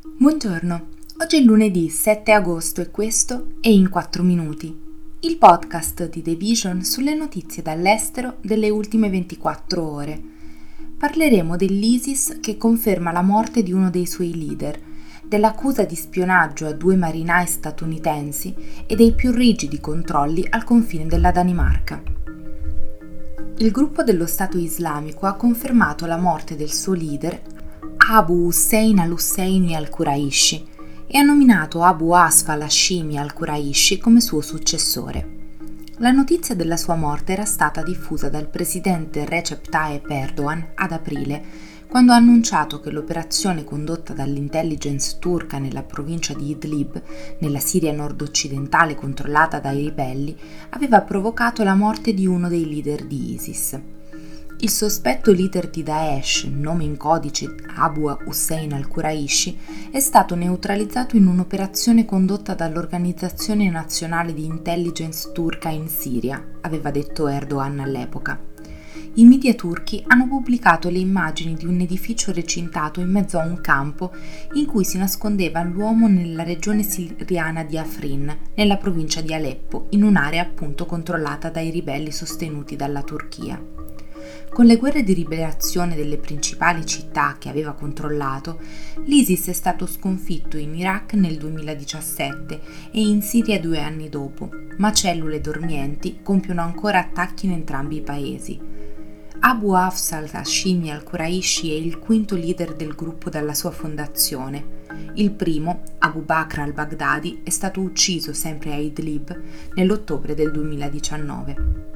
Buongiorno, oggi è lunedì 7 agosto e questo è In 4 Minuti, il podcast di The Vision sulle notizie dall'estero delle ultime 24 ore. Parleremo dell'ISIS che conferma la morte di uno dei suoi leader, dell'accusa di spionaggio a 2 marinai statunitensi e dei più rigidi controlli al confine della Danimarca. Il gruppo dello Stato Islamico ha confermato la morte del suo leader Abu Hussein al-Husseini al-Quraishi e ha nominato Abu Asfa al-Hashimi al-Quraishi come suo successore. La notizia della sua morte era stata diffusa dal presidente Recep Tayyip Erdogan ad aprile, quando ha annunciato che l'operazione condotta dall'intelligence turca nella provincia di Idlib, nella Siria nord-occidentale controllata dai ribelli, aveva provocato la morte di uno dei leader di ISIS. Il sospetto leader di Daesh, nome in codice Abu Hussein al-Quraishi, è stato neutralizzato in un'operazione condotta dall'Organizzazione Nazionale di Intelligence Turca in Siria, aveva detto Erdogan all'epoca. I media turchi hanno pubblicato le immagini di un edificio recintato in mezzo a un campo in cui si nascondeva l'uomo nella regione siriana di Afrin, nella provincia di Aleppo, in un'area appunto controllata dai ribelli sostenuti dalla Turchia. Con le guerre di liberazione delle principali città che aveva controllato, l'ISIS è stato sconfitto in Iraq nel 2017 e in Siria 2 anni dopo, ma cellule dormienti compiono ancora attacchi in entrambi i paesi. Abu Hafs al-Hashimi al-Quraishi è il quinto leader del gruppo dalla sua fondazione. Il primo, Abu Bakr al-Baghdadi, è stato ucciso sempre a Idlib nell'ottobre del 2019.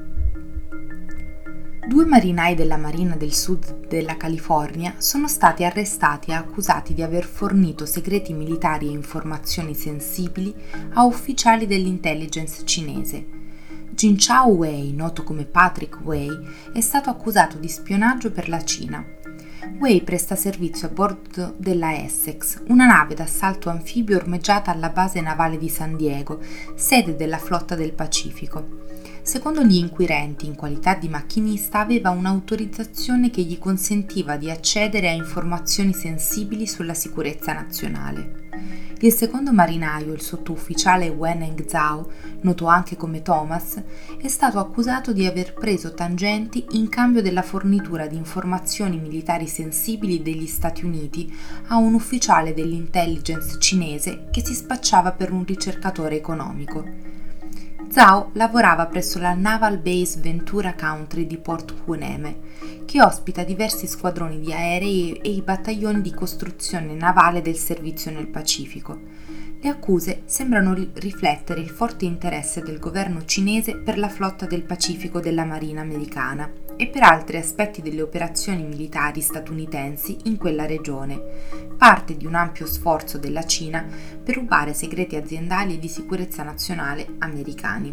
2 marinai della Marina del Sud della California sono stati arrestati e accusati di aver fornito segreti militari e informazioni sensibili a ufficiali dell'intelligence cinese. Jin-Chao Wei, noto come Patrick Wei, è stato accusato di spionaggio per la Cina. Wei presta servizio a bordo della Essex, una nave d'assalto anfibio ormeggiata alla base navale di San Diego, sede della flotta del Pacifico. Secondo gli inquirenti, in qualità di macchinista, aveva un'autorizzazione che gli consentiva di accedere a informazioni sensibili sulla sicurezza nazionale. Il secondo marinaio, il sottufficiale Wen Zhao, noto anche come Thomas, è stato accusato di aver preso tangenti in cambio della fornitura di informazioni militari sensibili degli Stati Uniti a un ufficiale dell'intelligence cinese che si spacciava per un ricercatore economico. Zhao lavorava presso la Naval Base Ventura Country di Port Hueneme, che ospita diversi squadroni di aerei e i battaglioni di costruzione navale del servizio nel Pacifico. Le accuse sembrano riflettere il forte interesse del governo cinese per la flotta del Pacifico della Marina americana e per altri aspetti delle operazioni militari statunitensi in quella regione, parte di un ampio sforzo della Cina per rubare segreti aziendali e di sicurezza nazionale americani.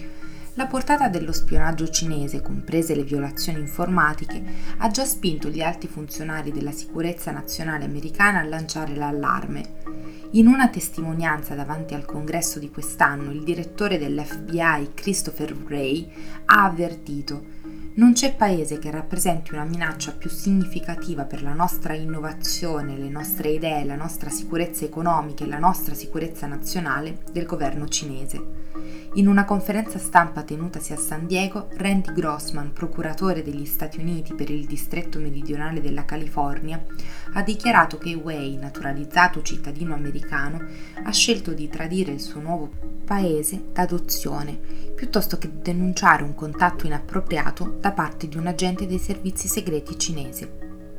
La portata dello spionaggio cinese, comprese le violazioni informatiche, ha già spinto gli alti funzionari della sicurezza nazionale americana a lanciare l'allarme. In una testimonianza davanti al congresso di quest'anno, il direttore dell'FBI, Christopher Wray, ha avvertito: non c'è paese che rappresenti una minaccia più significativa per la nostra innovazione, le nostre idee, la nostra sicurezza economica e la nostra sicurezza nazionale del governo cinese. In una conferenza stampa tenutasi a San Diego, Randy Grossman, procuratore degli Stati Uniti per il distretto meridionale della California, ha dichiarato che Wei, naturalizzato cittadino americano, ha scelto di tradire il suo nuovo paese d'adozione, piuttosto che denunciare un contatto inappropriato da parte di un agente dei servizi segreti cinese.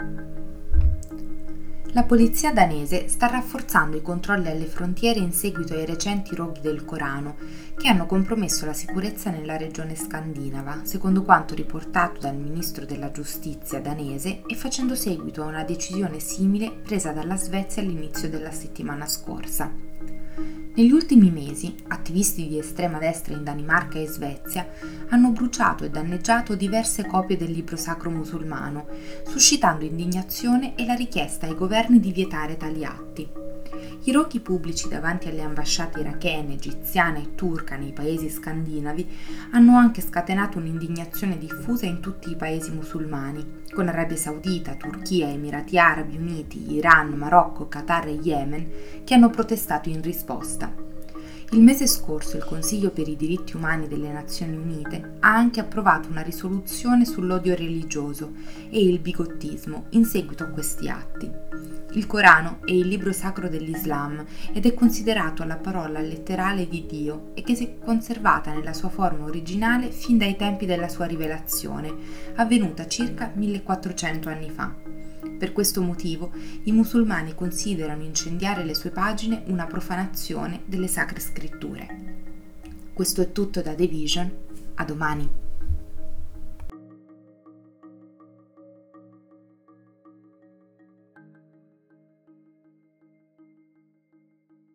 La polizia danese sta rafforzando i controlli alle frontiere in seguito ai recenti roghi del Corano, che hanno compromesso la sicurezza nella regione scandinava, secondo quanto riportato dal ministro della giustizia danese e facendo seguito a una decisione simile presa dalla Svezia all'inizio della settimana scorsa. Negli ultimi mesi, attivisti di estrema destra in Danimarca e Svezia hanno bruciato e danneggiato diverse copie del libro sacro musulmano, suscitando indignazione e la richiesta ai governi di vietare tali atti. I roghi pubblici davanti alle ambasciate irachene, egiziana e turca nei paesi scandinavi hanno anche scatenato un'indignazione diffusa in tutti i paesi musulmani, con Arabia Saudita, Turchia, Emirati Arabi Uniti, Iran, Marocco, Qatar e Yemen che hanno protestato in risposta. Il mese scorso il Consiglio per i diritti umani delle Nazioni Unite ha anche approvato una risoluzione sull'odio religioso e il bigottismo in seguito a questi atti. Il Corano è il libro sacro dell'Islam ed è considerato la parola letterale di Dio e che si è conservata nella sua forma originale fin dai tempi della sua rivelazione, avvenuta circa 1400 anni fa. Per questo motivo i musulmani considerano incendiare le sue pagine una profanazione delle sacre scritture. Questo è tutto da The Vision, a domani.